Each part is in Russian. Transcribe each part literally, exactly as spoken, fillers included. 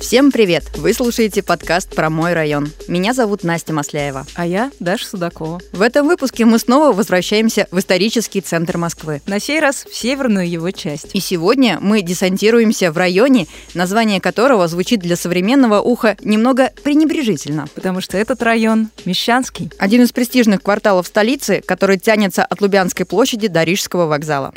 Всем привет! Вы слушаете подкаст про мой район. Меня зовут Настя Масляева. А я Даша Судакова. В этом выпуске мы снова возвращаемся в исторический центр Москвы. На сей раз в северную его часть. И сегодня мы десантируемся в районе, название которого звучит для современного уха немного пренебрежительно. Потому что этот район Мещанский. Один из престижных кварталов столицы, который тянется от Лубянской площади до Рижского вокзала.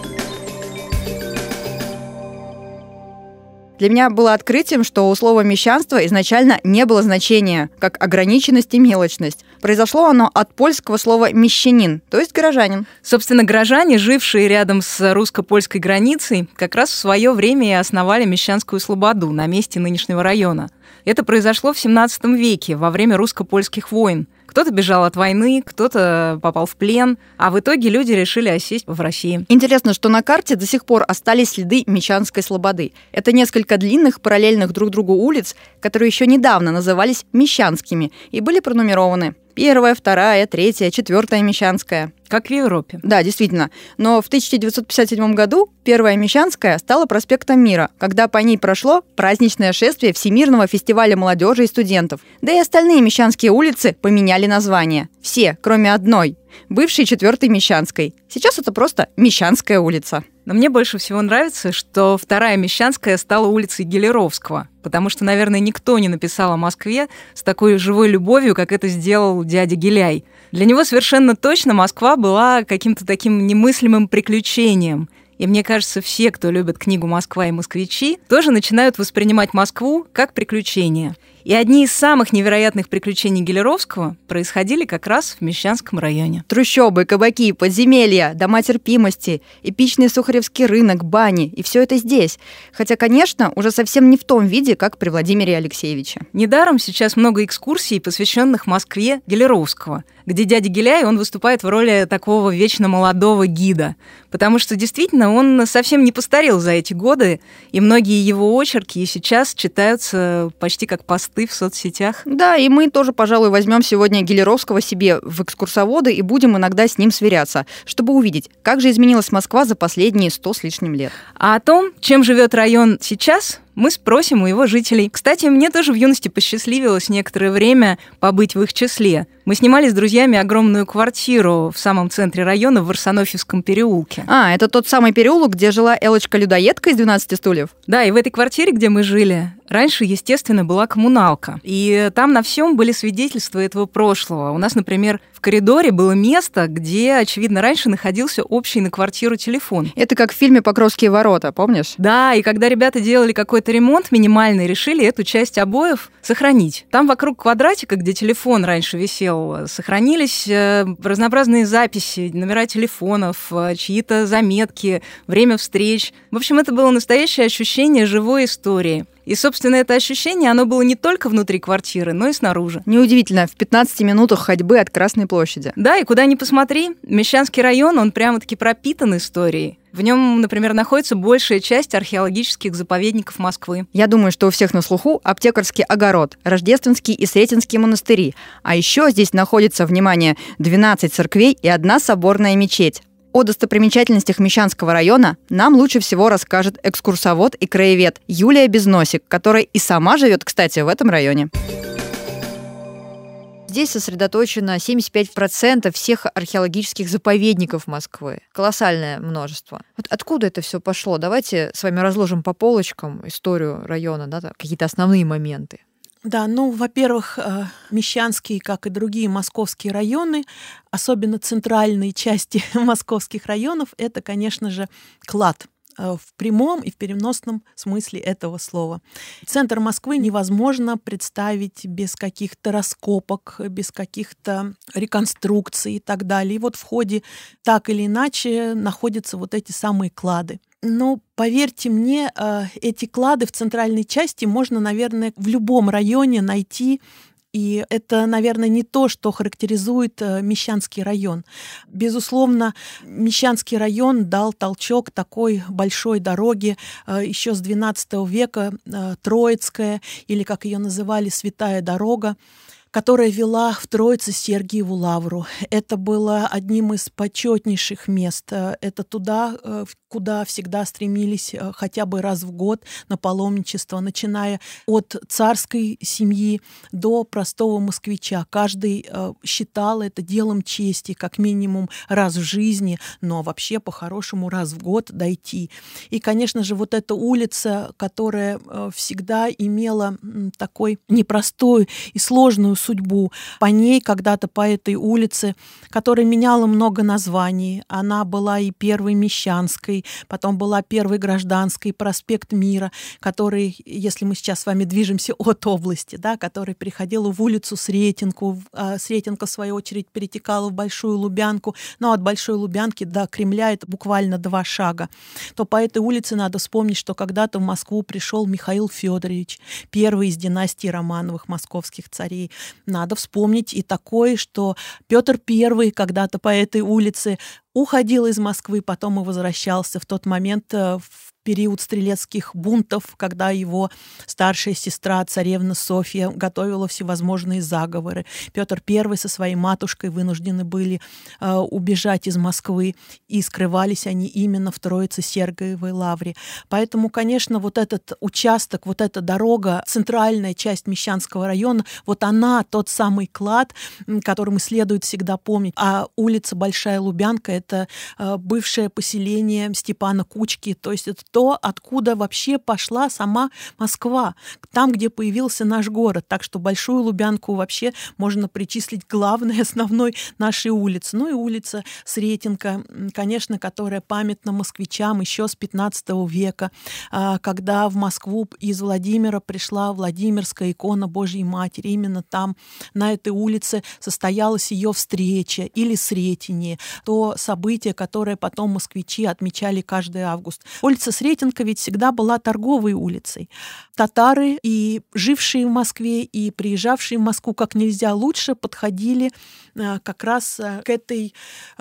Для меня было открытием, что у слова «мещанство» изначально не было значения, как ограниченность и мелочность. Произошло оно от польского слова «мещанин», то есть горожанин. Собственно, горожане, жившие рядом с русско-польской границей, как раз в свое время и основали Мещанскую слободу на месте нынешнего района. Это произошло в семнадцатом веке, во время русско-польских войн. Кто-то бежал от войны, кто-то попал в плен, а в итоге люди решили осесть в России. Интересно, что на карте до сих пор остались следы Мещанской слободы. Это несколько длинных, параллельных друг другу улиц, которые еще недавно назывались Мещанскими и были пронумерованы. Первая, вторая, третья, четвертая Мещанская. Как в Европе. Да, действительно. Но в тысяча девятьсот пятьдесят седьмом году первая Мещанская стала проспектом Мира, когда по ней прошло праздничное шествие Всемирного фестиваля молодежи и студентов. Да и остальные Мещанские улицы поменяли название. Все, кроме одной, бывшей четвертой Мещанской. Сейчас это просто Мещанская улица. Но мне больше всего нравится, что вторая Мещанская стала улицей Гелеровского, потому что, наверное, никто не написал о Москве с такой живой любовью, как это сделал дядя Гиляй. Для него совершенно точно Москва была каким-то таким немыслимым приключением. И мне кажется, все, кто любит книгу «Москва и москвичи», тоже начинают воспринимать Москву как приключение. И одни из самых невероятных приключений Гелеровского происходили как раз в Мещанском районе. Трущобы, кабаки, подземелья, дома терпимости, эпичный Сухаревский рынок, бани. И все это здесь. Хотя, конечно, уже совсем не в том виде, как при Владимире Алексеевиче. Недаром сейчас много экскурсий, посвященных Москве Гелеровского, где дядя Гиляй, он выступает в роли такого вечно молодого гида. Потому что действительно он совсем не постарел за эти годы, и многие его очерки и сейчас читаются почти как посты в соцсетях. Да, и мы тоже, пожалуй, возьмем сегодня Гелеровского себе в экскурсоводы и будем иногда с ним сверяться, чтобы увидеть, как же изменилась Москва за последние сто с лишним лет. А о том, чем живет район сейчас, мы спросим у его жителей. Кстати, мне тоже в юности посчастливилось некоторое время побыть в их числе. Мы снимали с друзьями огромную квартиру в самом центре района в Варсонофьевском переулке. А, это тот самый переулок, где жила Элочка-людоедка из двенадцати стульев? Да, и в этой квартире, где мы жили, раньше, естественно, была коммуналка. И там на всем были свидетельства этого прошлого. У нас, например, в коридоре было место, где, очевидно, раньше находился общий на квартиру телефон. Это как в фильме «Покровские ворота», помнишь? Да, и когда ребята делали какой-то ремонт минимальный, решили эту часть обоев сохранить. Там вокруг квадратика, где телефон раньше висел, сохранились разнообразные записи, номера телефонов, чьи-то заметки, время встреч. В общем, это было настоящее ощущение живой истории. И, собственно, это ощущение, оно было не только внутри квартиры, но и снаружи. Неудивительно, в пятнадцати минутах ходьбы от Красной площади. Да, и куда ни посмотри, Мещанский район, он прямо-таки пропитан историей. В нем, например, находится большая часть археологических заповедников Москвы. Я думаю, что у всех на слуху Аптекарский огород, Рождественский и Сретенский монастыри. А еще здесь находится, внимание, двенадцать церквей и одна соборная мечеть. О достопримечательностях Мещанского района нам лучше всего расскажет экскурсовод и краевед Юлия Безносик, которая и сама живет, кстати, в этом районе. Здесь сосредоточено семьдесят пять процентов всех археологических заповедников Москвы. Колоссальное множество. Вот откуда это все пошло? Давайте с вами разложим по полочкам историю района, да, какие-то основные моменты. Да, ну, во-первых, Мещанский, как и другие московские районы, особенно центральные части московских районов, это, конечно же, клад в прямом и в переносном смысле этого слова. Центр Москвы невозможно представить без каких-то раскопок, без каких-то реконструкций и так далее. И вот в ходе так или иначе находятся вот эти самые клады. Но, поверьте мне, эти клады в центральной части можно, наверное, в любом районе найти. И это, наверное, не то, что характеризует Мещанский район. Безусловно, Мещанский район дал толчок такой большой дороге еще с двенадцатого века, Троицкая, или, как ее называли, Святая дорога. которая вела в Троице-Сергиеву лавру. Это было одним из почетнейших мест. Это туда, куда всегда стремились хотя бы раз в год на паломничество, начиная от царской семьи до простого москвича. Каждый считал это делом чести, как минимум раз в жизни, но вообще по-хорошему раз в год дойти. И, конечно же, вот эта улица, которая всегда имела такой непростую и сложную судьбу. По ней когда-то, по этой улице, которая меняла много названий, она была и первой Мещанской, потом была первой Гражданской, проспект Мира, который, если мы сейчас с вами движемся от области, да, который переходил в улицу Сретенку, а Сретенка, в свою очередь, перетекала в Большую Лубянку, но от Большой Лубянки до Кремля это буквально два шага, то по этой улице надо вспомнить, что когда-то в Москву пришел Михаил Федорович, первый из династии Романовых московских царей. Надо вспомнить и такое, что Петр Первый когда-то по этой улице уходил из Москвы, потом и возвращался в тот момент, в период стрелецких бунтов, когда его старшая сестра, царевна Софья, готовила всевозможные заговоры. Петр Первый со своей матушкой вынуждены были э, убежать из Москвы, и скрывались они именно в Троице-Сергиевой лавре. Поэтому, конечно, вот этот участок, вот эта дорога, центральная часть Мещанского района, вот она тот самый клад, которым следует всегда помнить. А улица Большая Лубянка — это э, бывшее поселение Степана Кучки, то есть это то, откуда вообще пошла сама Москва, там, где появился наш город. Так что Большую Лубянку вообще можно причислить к главной, основной нашей улице. Ну и улица Сретенка, конечно, которая памятна москвичам еще с пятнадцатого века, когда в Москву из Владимира пришла Владимирская икона Божьей Матери. Именно там, на этой улице, состоялась ее встреча или сретение, то событие, которое потом москвичи отмечали каждый август. Улица Сретенка ведь всегда была торговой улицей. Татары, и жившие в Москве, и приезжавшие в Москву как нельзя лучше подходили как раз к этой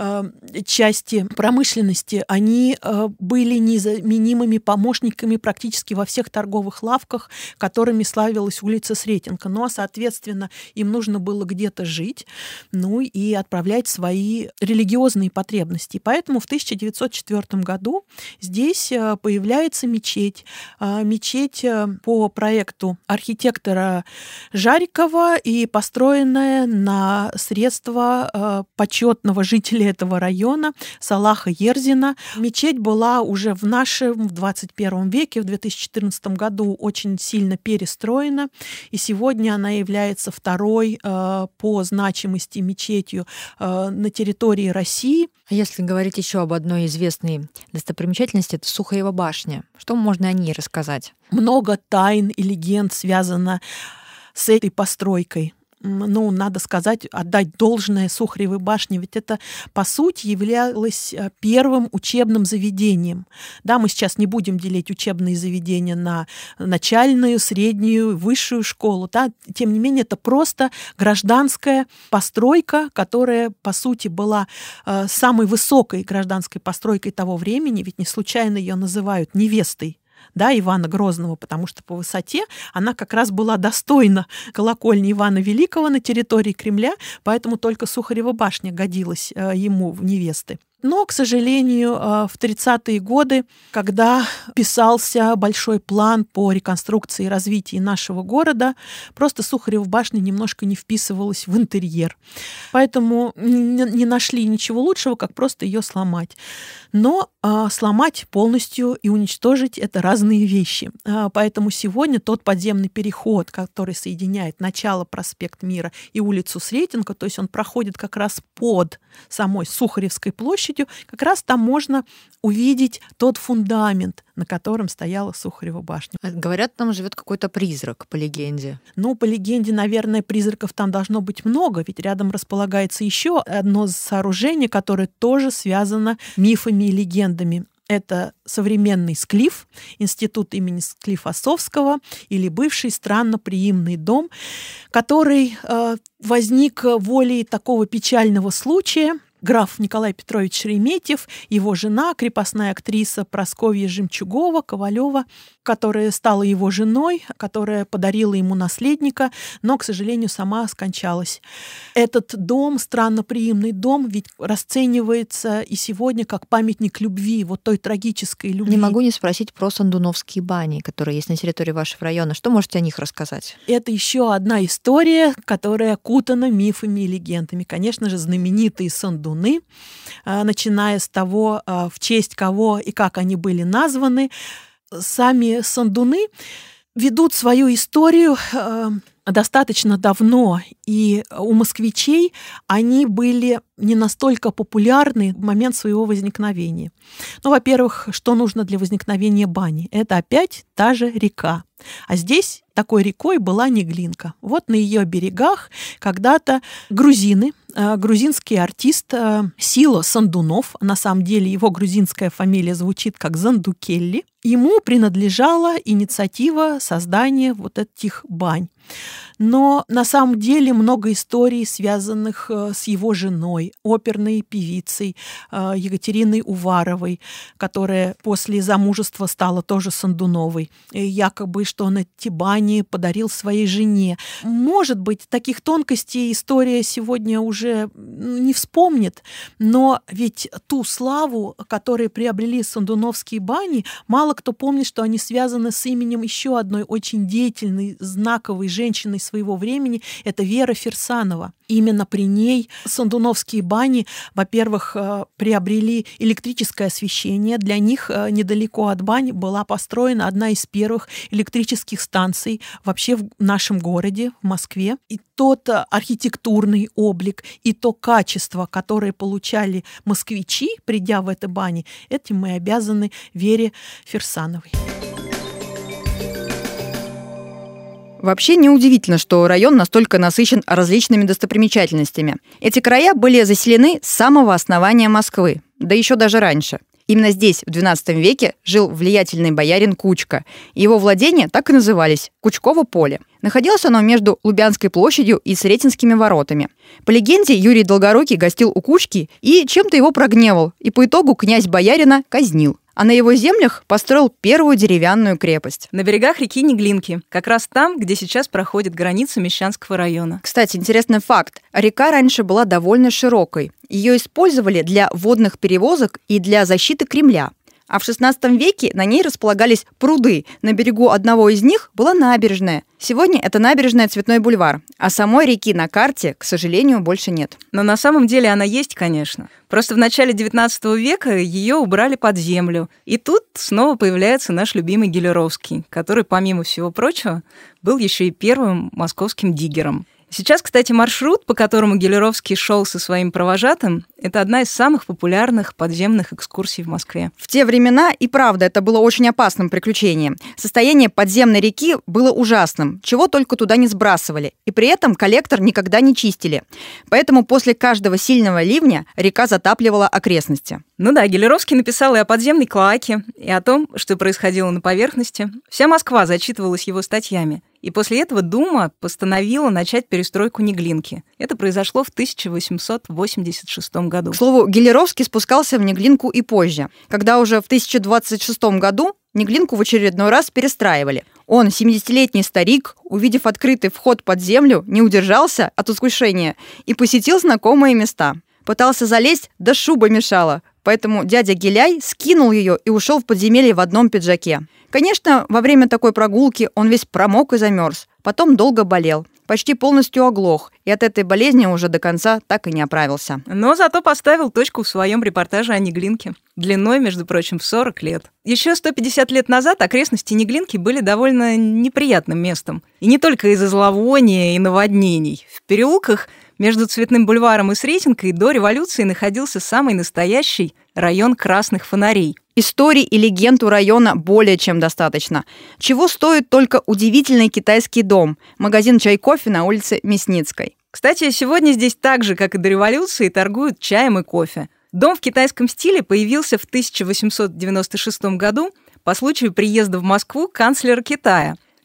части промышленности. Они были незаменимыми помощниками практически во всех торговых лавках, которыми славилась улица Сретенка. Ну, а, соответственно, им нужно было где-то жить, ну и отправлять свои религиозные потребности. Поэтому в тысяча девятьсот четвёртом году здесь появляется мечеть. Мечеть по проекту архитектора Жарикова и построенная на средства почетного жителя этого района Салаха Ерзина. Мечеть была уже в нашем, в двадцать первом веке, в две тысячи четырнадцатом году очень сильно перестроена, и сегодня она является второй по значимости мечетью на территории России. Если говорить еще об одной известной достопримечательности, это Сухарева башня. Что можно о ней рассказать? Много тайн и легенд связано с этой постройкой. Ну, надо сказать, отдать должное Сухаревой башне, ведь это, по сути, являлось первым учебным заведением. Да, мы сейчас не будем делить учебные заведения на начальную, среднюю, высшую школу. Да? Тем не менее, это просто гражданская постройка, которая, по сути, была э, самой высокой гражданской постройкой того времени, ведь не случайно ее называют невестой, да, Ивана Грозного, потому что по высоте она как раз была достойна колокольни Ивана Великого на территории Кремля, поэтому только Сухарева башня годилась ему в невесты. Но, к сожалению, в тридцатые годы, когда писался большой план по реконструкции и развитию нашего города, просто Сухарева башня немножко не вписывалась в интерьер. Поэтому не нашли ничего лучшего, как просто ее сломать. Но а, сломать полностью и уничтожить — это разные вещи. А, поэтому сегодня тот подземный переход, который соединяет начало проспект Мира и улицу Сретенка, то есть он проходит как раз под самой Сухаревской площадью, как раз там можно увидеть тот фундамент, на котором стояла Сухарева башня. Говорят, там живет какой-то призрак, по легенде. Ну, по легенде, наверное, призраков там должно быть много, ведь рядом располагается еще одно сооружение, которое тоже связано мифами и легендами. Это современный Склиф, институт имени Склифосовского или бывший странноприимный дом, который э, возник волей такого печального случая. граф Николай Петрович Шереметьев, его жена, крепостная актриса Прасковья Жемчугова, Ковалева, которая стала его женой, которая подарила ему наследника, но, к сожалению, сама скончалась. Этот дом, странноприимный дом, ведь расценивается и сегодня как памятник любви, вот той трагической любви. Не могу не спросить про Сандуновские бани, которые есть на территории вашего района. Что можете о них рассказать? Это еще одна история, которая окутана мифами и легендами. Конечно же, знаменитые сандуны, начиная с того, в честь кого и как они были названы. Сами сандуны ведут свою историю достаточно давно, и у москвичей они были не настолько популярны в момент своего возникновения. Ну, во-первых, что нужно для возникновения бани? Это опять та же река. А здесь такой рекой была Неглинка. Вот на ее берегах когда-то грузины, грузинский артист Сило Сандунов, на самом деле его грузинская фамилия звучит как Зандукелли, ему принадлежала инициатива создания вот этих бань. Но на самом деле много историй, связанных с его женой, оперной певицей Екатериной Уваровой, которая после замужества стала тоже Сандуновой. И якобы, что он эти бани подарил своей жене. Может быть, таких тонкостей история сегодня уже не вспомнит, но ведь ту славу, которую приобрели сандуновские бани, мало кто помнит, что они связаны с именем еще одной очень деятельной, знаковой женщиной своего времени, это Вера Фирсанова. Именно при ней сандуновские бани, во-первых, приобрели электрическое освещение. Для них недалеко от бань была построена одна из первых электрических станций вообще в нашем городе, в Москве. И тот архитектурный облик, и то качество, которое получали москвичи, придя в эти бани, этим мы обязаны Вере Фирсановой. Вообще неудивительно, что район настолько насыщен различными достопримечательностями. Эти края были заселены с самого основания Москвы, да еще даже раньше. Именно здесь в двенадцатом веке жил влиятельный боярин Кучка. Его владения так и назывались – Кучково поле. Находилось оно между Лубянской площадью и Сретенскими воротами. По легенде, Юрий Долгорукий гостил у Кучки и чем-то его прогневал, и по итогу князь боярина казнил. А на его землях построил первую деревянную крепость. На берегах реки Неглинки, как раз там, где сейчас проходит граница Мещанского района. Кстати, интересный факт. Река раньше была довольно широкой. Ее использовали для водных перевозок и для защиты Кремля. А в шестнадцатом веке на ней располагались пруды. На берегу одного из них была набережная. Сегодня это набережная Цветной бульвар. А самой реки на карте, к сожалению, больше нет. Но на самом деле она есть, конечно. Просто в начале девятнадцатого века ее убрали под землю. И тут снова появляется наш любимый Гелеровский, который, помимо всего прочего, был еще и первым московским диггером. Сейчас, кстати, маршрут, по которому Гелеровский шел со своим провожатым, это одна из самых популярных подземных экскурсий в Москве. В те времена и правда это было очень опасным приключением. Состояние подземной реки было ужасным, чего только туда не сбрасывали. И при этом коллектор никогда не чистили. Поэтому после каждого сильного ливня река затапливала окрестности. Ну да, Гелеровский написал и о подземной клоаке, и о том, что происходило на поверхности. Вся Москва зачитывалась его статьями. И после этого Дума постановила начать перестройку Неглинки. Это произошло в тысяча восемьсот восемьдесят шестом году. К слову, Гелеровский спускался в Неглинку и позже, когда уже в тысяча двадцать шестом году Неглинку в очередной раз перестраивали. Он, семидесятилетний старик, увидев открытый вход под землю, не удержался от искушения и посетил знакомые места. Пытался залезть, да шуба мешала. Поэтому дядя Гиляй скинул ее и ушел в подземелье в одном пиджаке. Конечно, во время такой прогулки он весь промок и замерз. Потом долго болел. Почти полностью оглох. И от этой болезни уже до конца так и не оправился. Но зато поставил точку в своем репортаже о Неглинке. Длиной, между прочим, в сорок лет. Еще сто пятьдесят лет назад окрестности Неглинки были довольно неприятным местом. И не только из-за зловония и наводнений. В переулках между Цветным бульваром и Сретенкой до революции находился самый настоящий район красных фонарей. Историй и легенд у района более чем достаточно. Чего стоит только удивительный китайский дом, магазин чай-кофе на улице Мясницкой. Кстати, сегодня здесь так же, как и до революции, торгуют чаем и кофе. Дом в китайском стиле появился в тысяча восемьсот девяносто шестом году по случаю приезда в Москву канцлера Китая.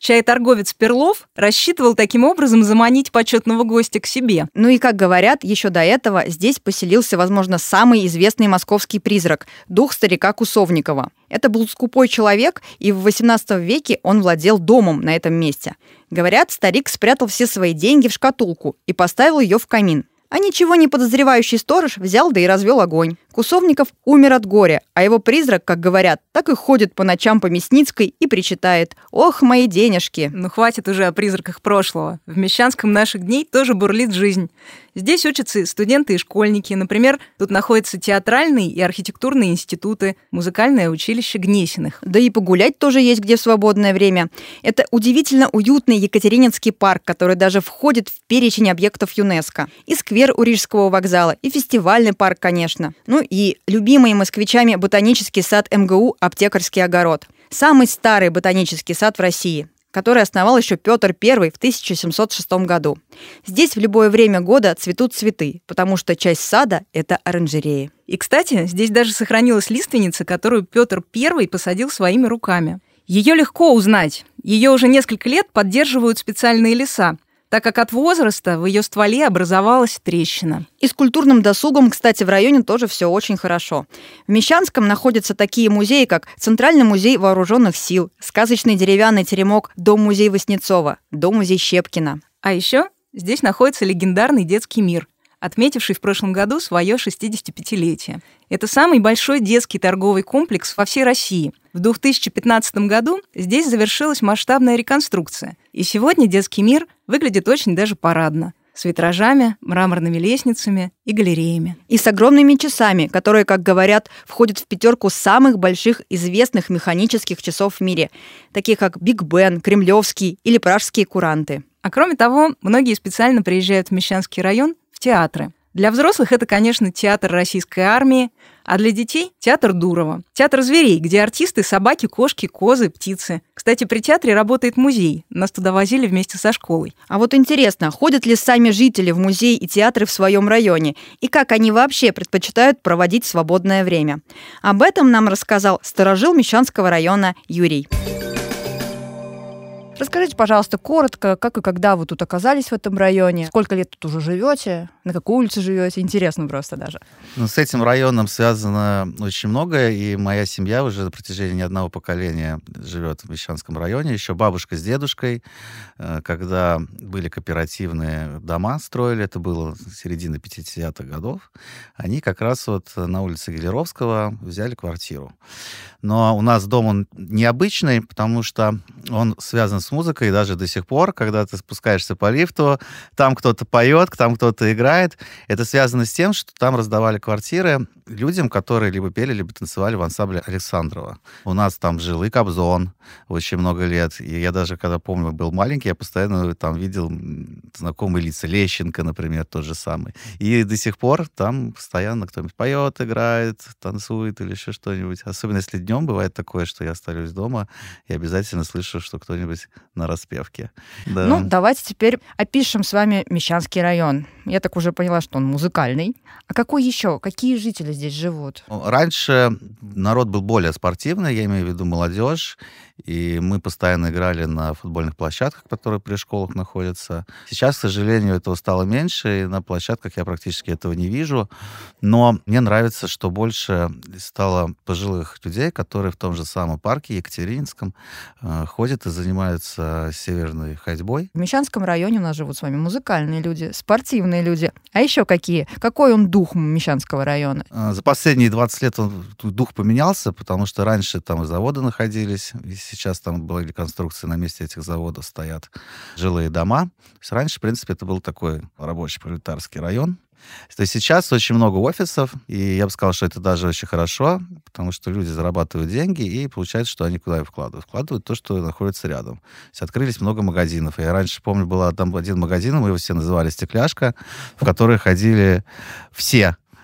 Чаеторговец Перлов рассчитывал таким образом заманить почетного гостя к себе. Ну и, как говорят, еще до этого здесь поселился, возможно, самый известный московский призрак – дух старика Кусовникова. Это был скупой человек, и в восемнадцатом веке он владел домом на этом месте. Говорят, старик спрятал все свои деньги в шкатулку и поставил ее в камин. А ничего не подозревающий сторож взял да и развел огонь. Кусовников умер от горя, а его призрак, как говорят, так и ходит по ночам по Мясницкой и причитает: «Ох, мои денежки!» Ну хватит уже о призраках прошлого. В Мещанском наших дней тоже бурлит жизнь. Здесь учатся студенты и школьники. Например, тут находятся театральные и архитектурные институты, музыкальное училище Гнесиных. Да и погулять тоже есть где в свободное время. Это удивительно уютный Екатерининский парк, который даже входит в перечень объектов ЮНЕСКО. И сквер у Рижского вокзала, и фестивальный парк, конечно. Ну и любимый москвичами ботанический сад эм гэ у «Аптекарский огород». Самый старый ботанический сад в России, который основал еще Петр Первый в тысяча семьсот шестом году. Здесь в любое время года цветут цветы, потому что часть сада – это оранжереи. И, кстати, здесь даже сохранилась лиственница, которую Петр Первый посадил своими руками. Ее легко узнать. Ее уже несколько лет поддерживают специальные леса, так как от возраста в ее стволе образовалась трещина. И с культурным досугом, кстати, в районе тоже все очень хорошо. В Мещанском находятся такие музеи, как Центральный музей вооруженных сил, сказочный деревянный теремок Дом-музей Васнецова, Дом-музей Щепкина. А еще здесь находится легендарный детский мир, отметивший в прошлом году свое шестидесятипятилетие. Это самый большой детский торговый комплекс во всей России. В две тысячи пятнадцатом году здесь завершилась масштабная реконструкция. И сегодня детский мир выглядит очень даже парадно. С витражами, мраморными лестницами и галереями. И с огромными часами, которые, как говорят, входят в пятерку самых больших известных механических часов в мире, таких как Биг Бен, Кремлевский или Пражские куранты. А кроме того, многие специально приезжают в Мещанский район в театры. Для взрослых это, конечно, театр Российской армии, а для детей – театр Дурова. Театр зверей, где артисты – собаки, кошки, козы, птицы. Кстати, при театре работает музей. Нас туда возили вместе со школой. А вот интересно, ходят ли сами жители в музеи и театры в своем районе? И как они вообще предпочитают проводить свободное время? Об этом нам рассказал сторожил Мещанского района Юрий. Расскажите, пожалуйста, коротко, как и когда вы тут оказались в этом районе, сколько лет тут уже живете, на какой улице живете, интересно просто даже. Ну, с этим районом связано очень многое, и моя семья уже на протяжении не одного поколения живет в Мещанском районе, еще бабушка с дедушкой, когда были кооперативные дома, строили, это было середина пятидесятых годов, они как раз вот на улице Гелеровского взяли квартиру. Но у нас дом, он необычный, потому что он связан с музыкой, и даже до сих пор, когда ты спускаешься по лифту, там кто-то поет, там кто-то играет. Это связано с тем, что там раздавали квартиры людям, которые либо пели, либо танцевали в ансамбле Александрова. У нас там жил и Кобзон очень много лет. И я даже, когда, помню, был маленький, я постоянно там видел знакомые лица. Лещенко, например, тот же самый. И до сих пор там постоянно кто-нибудь поет, играет, танцует или еще что-нибудь. Особенно если днем бывает такое, что я остаюсь дома и обязательно слышу, что кто-нибудь на распевке. Да. Ну, давайте теперь опишем с вами Мещанский район. Я так уже поняла, что он музыкальный. А какой еще? Какие жители здесь живут? Раньше народ был более спортивный, я имею в виду молодежь, и мы постоянно играли на футбольных площадках, которые при школах находятся. Сейчас, к сожалению, этого стало меньше, и на площадках я практически этого не вижу. Но мне нравится, что больше стало пожилых людей, которые в том же самом парке Екатерининском э, ходят и занимаются северной ходьбой. В Мещанском районе у нас живут с вами музыкальные люди, спортивные люди. А еще какие? Какой он дух Мещанского района? За последние двадцать лет он, дух поменялся, потому что раньше там и заводы находились, и сейчас там были конструкции, на месте этих заводов стоят жилые дома. То есть раньше, в принципе, это был такой рабочий пролетарский район. То есть сейчас очень много офисов, и я бы сказал, что это даже очень хорошо, потому что люди зарабатывают деньги, и получается, что они куда и вкладывают? Вкладывают то, что находится рядом. То есть открылись много магазинов. Я раньше, помню, был там один магазин, мы его все называли «Стекляшка», в который ходили все.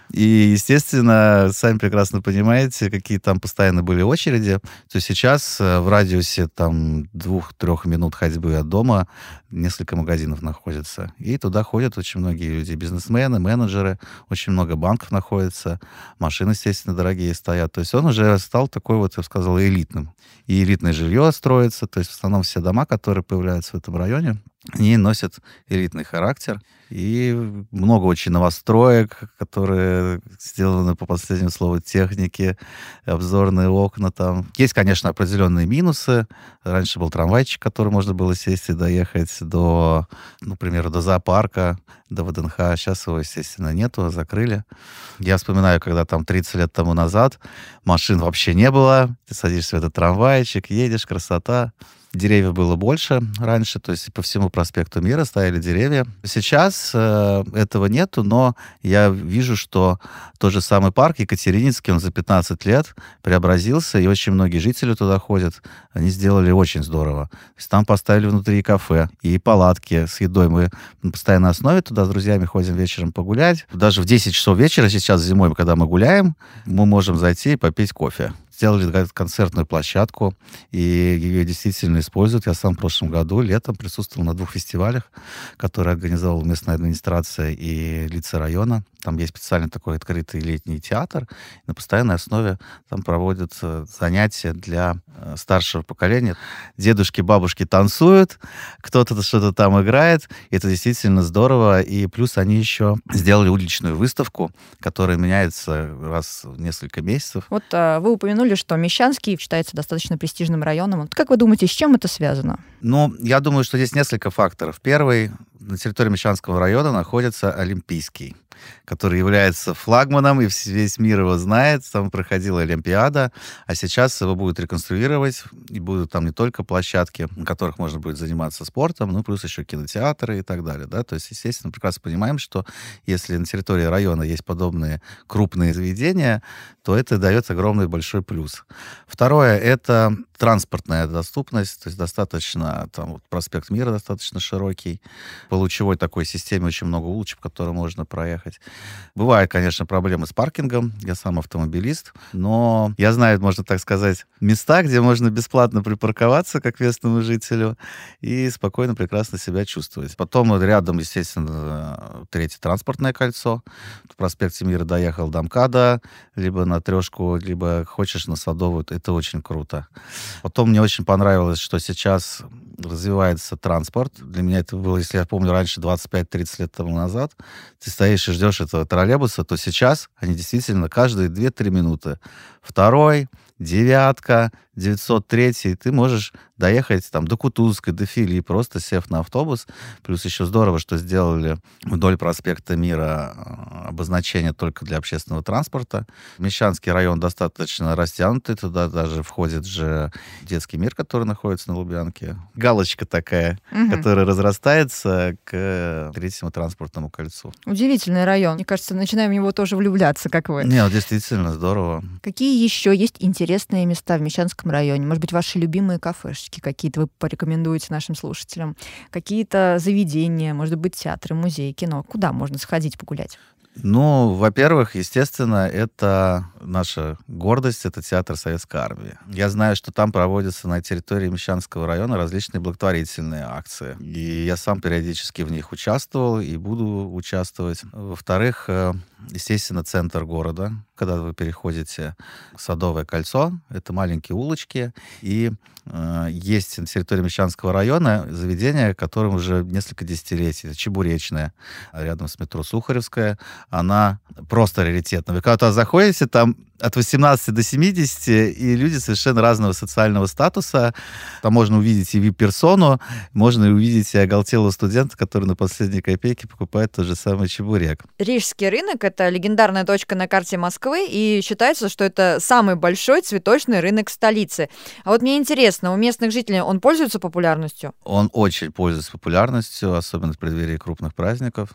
И, естественно, сами прекрасно понимаете, какие там постоянно были очереди. То есть сейчас в радиусе там двух-трех минут ходьбы от дома несколько магазинов находится. И туда ходят очень многие люди, бизнесмены, менеджеры, очень много банков находится, машины, естественно, дорогие стоят. То есть он уже стал такой вот, я бы сказал, элитным. И элитное жилье строится, то есть в основном все дома, которые появляются в этом районе, они носят элитный характер. И много очень новостроек, которые сделаны по последнему слову техники, обзорные окна там. Есть, конечно, определенные минусы. Раньше был трамвайчик, который можно было сесть и доехать до, ну, например, до зоопарка, до ВДНХ. Сейчас его, естественно, нету, закрыли. Я вспоминаю, когда там тридцать лет тому назад машин вообще не было. Ты садишься в этот трамвайчик, едешь, красота. Деревьев было больше раньше, то есть по всему проспекту Мира стояли деревья. Сейчас э, этого нету, но я вижу, что тот же самый парк Екатерининский, он за пятнадцать лет преобразился, и очень многие жители туда ходят. Они сделали очень здорово. То есть там поставили внутри кафе и палатки с едой. Мы на постоянной основе туда с друзьями ходим вечером погулять. Даже в десять часов вечера сейчас зимой, когда мы гуляем, мы можем зайти и попить кофе. Сделали концертную площадку, и ее действительно используют. Я сам в прошлом году летом присутствовал на двух фестивалях, которые организовала местная администрация и лица района. Там есть специально такой открытый летний театр. На постоянной основе там проводят занятия для старшего поколения. Дедушки, бабушки танцуют, кто-то что-то там играет. И это действительно здорово. И плюс они еще сделали уличную выставку, которая меняется раз в несколько месяцев. Вот а, вы упомянули, что Мещанский считается достаточно престижным районом. Вот как вы думаете, с чем это связано? Ну, я думаю, что здесь несколько факторов. Первый, на территории Мещанского района находится Олимпийский, который является флагманом, и весь мир его знает. Там проходила Олимпиада, а сейчас его будут реконструировать, и будут там не только площадки, на которых можно будет заниматься спортом, ну, плюс еще кинотеатры и так далее, да. То есть, естественно, прекрасно понимаем, что если на территории района есть подобные крупные заведения, то это дает огромный большой плюс. Второе — это транспортная доступность, то есть достаточно, там, вот, проспект Мира достаточно широкий, по лучевой такой системе очень много улочек, по которым можно проехать. Бывают, конечно, проблемы с паркингом, я сам автомобилист, но я знаю, можно так сказать, места, где можно бесплатно припарковаться, как местному жителю, и спокойно, прекрасно себя чувствовать. Потом рядом, естественно, третье транспортное кольцо. В проспекте Мира доехал до МКАДа, либо на Трешку, либо хочешь на Садовую, это очень круто. Потом мне очень понравилось, что сейчас развивается транспорт. Для меня это было, если я помню, раньше двадцать пять тридцать лет тому назад. Ты стоишь и ждешь этого троллейбуса, то сейчас они действительно каждые две-три минуты. Второй, девятка, девятьсот три, ты можешь доехать там до Кутузовской, до Филии, просто сев на автобус. Плюс еще здорово, что сделали вдоль проспекта Мира обозначение только для общественного транспорта. Мещанский район достаточно растянутый, туда даже входит же детский мир, который находится на Лубянке. Галочка такая, угу. которая разрастается к третьему транспортному кольцу. Удивительный район. Мне кажется, начинаем в него тоже влюбляться, как вы. Нет, действительно здорово. Какие еще есть интересные места в Мещанском районе? Может быть, ваши любимые кафешечки какие-то вы порекомендуете нашим слушателям? Какие-то заведения, может быть, театры, музеи, кино? Куда можно сходить погулять? Ну, во-первых, естественно, это наша гордость, это театр Советской Армии. Я знаю, что там проводятся на территории Мещанского района различные благотворительные акции. И я сам периодически в них участвовал и буду участвовать. Во-вторых, естественно, центр города. Когда вы переходите Садовое кольцо, это маленькие улочки, и э, есть на территории Мещанского района заведение, которым уже несколько десятилетий. Это Чебуречная, рядом с метро Сухаревская. Она просто раритетная. Вы когда туда заходите, там от восемнадцати до семидесяти, и люди совершенно разного социального статуса. Там можно увидеть и вип-персону, можно и увидеть и оголтелого студента, который на последней копейке покупает тот же самый чебурек. Рижский рынок — это легендарная точка на карте Москвы, и считается, что это самый большой цветочный рынок столицы. А вот мне интересно, у местных жителей он пользуется популярностью? Он очень пользуется популярностью, особенно в преддверии крупных праздников.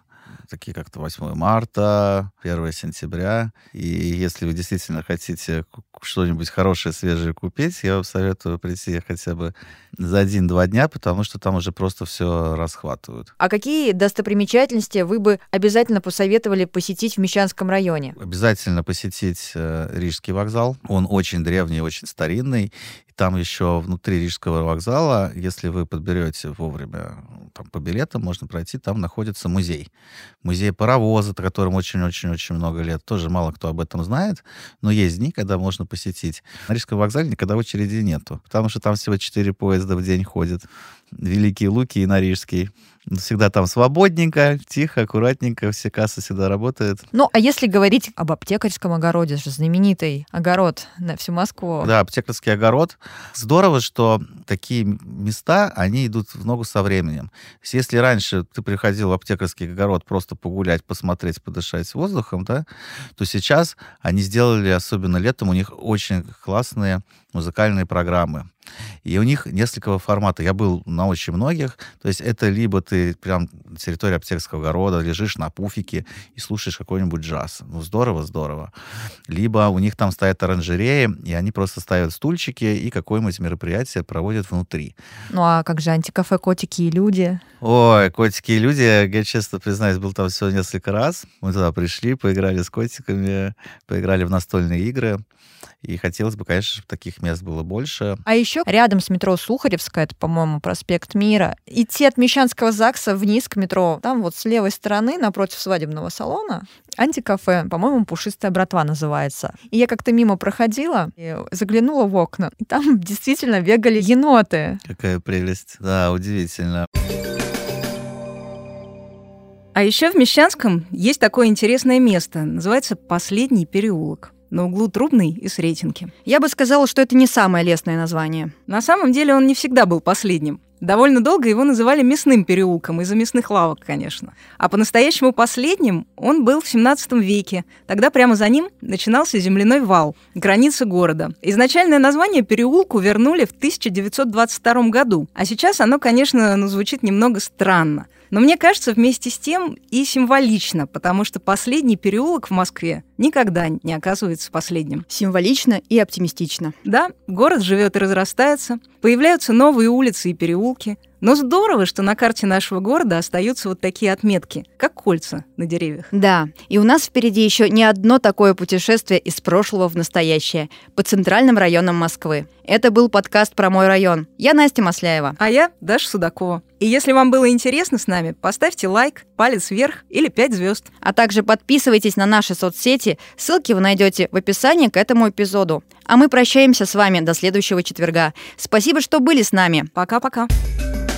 такие как восьмое марта, первое сентября. И если вы действительно хотите что-нибудь хорошее, свежее купить, я вам советую прийти хотя бы за один-два дня, потому что там уже просто все расхватывают. А какие достопримечательности вы бы обязательно посоветовали посетить в Мещанском районе? Обязательно посетить э, Рижский вокзал. Он очень древний, очень старинный. И там еще внутри Рижского вокзала, если вы подберете вовремя там, по билетам, можно пройти, там находится музей. Музей паровоза, которому очень-очень-очень много лет. Тоже мало кто об этом знает, но есть дни, когда можно посетить. На Рижском вокзале никогда очереди нету, потому что там всего четыре поезда в день ходят. Великие Луки и на Рижский. Всегда там свободненько, тихо, аккуратненько, все кассы всегда работают. Ну, а если говорить об аптекарском огороде, же знаменитый огород на всю Москву. Да, аптекарский огород. Здорово, что такие места, они идут в ногу со временем. Если раньше ты приходил в аптекарский огород просто погулять, посмотреть, подышать воздухом, да, то сейчас они сделали, особенно летом, у них очень классные музыкальные программы. И у них несколько форматов. Я был на очень многих. То есть это либо ты прям на территории аптекарского огорода лежишь на пуфике и слушаешь какой-нибудь джаз. Ну, здорово, здорово. Либо у них там стоят оранжереи, и они просто ставят стульчики и какое-нибудь мероприятие проводят внутри. Ну, а как же антикафе «Котики и люди»? Ой, «Котики и люди», я честно признаюсь, был там всего несколько раз. Мы туда пришли, поиграли с котиками, поиграли в настольные игры. И хотелось бы, конечно, чтобы таких мест было больше. А еще рядом с метро Сухаревская, это, по-моему, проспект Мира, идти от Мещанского ЗАГСа вниз к метро, там вот с левой стороны, напротив свадебного салона, антикафе, по-моему, «Пушистая братва» называется. И я как-то мимо проходила, и заглянула в окна, и там действительно бегали еноты. Какая прелесть. Да, удивительно. А еще в Мещанском есть такое интересное место, называется «Последний переулок», на углу Трубной и Сретенки. Я бы сказала, что это не самое лестное название. На самом деле он не всегда был последним. Довольно долго его называли мясным переулком, из-за мясных лавок, конечно. А по-настоящему последним он был в семнадцатом веке. Тогда прямо за ним начинался земляной вал, граница города. Изначальное название переулку вернули в тысяча девятьсот двадцать втором году. А сейчас оно, конечно, ну, звучит немного странно. Но мне кажется, вместе с тем и символично, потому что последний переулок в Москве никогда не оказывается последним. Символично и оптимистично. Да, город живет и разрастается, появляются новые улицы и переулки. Но здорово, что на карте нашего города остаются вот такие отметки, как кольца на деревьях. Да, и у нас впереди еще не одно такое путешествие из прошлого в настоящее по центральным районам Москвы. Это был подкаст про мой район. Я Настя Масляева. А я Даша Судакова. И если вам было интересно с нами, поставьте лайк, палец вверх или пять звезд. А также подписывайтесь на наши соцсети. Ссылки вы найдете в описании к этому эпизоду. А мы прощаемся с вами до следующего четверга. Спасибо, что были с нами. Пока-пока.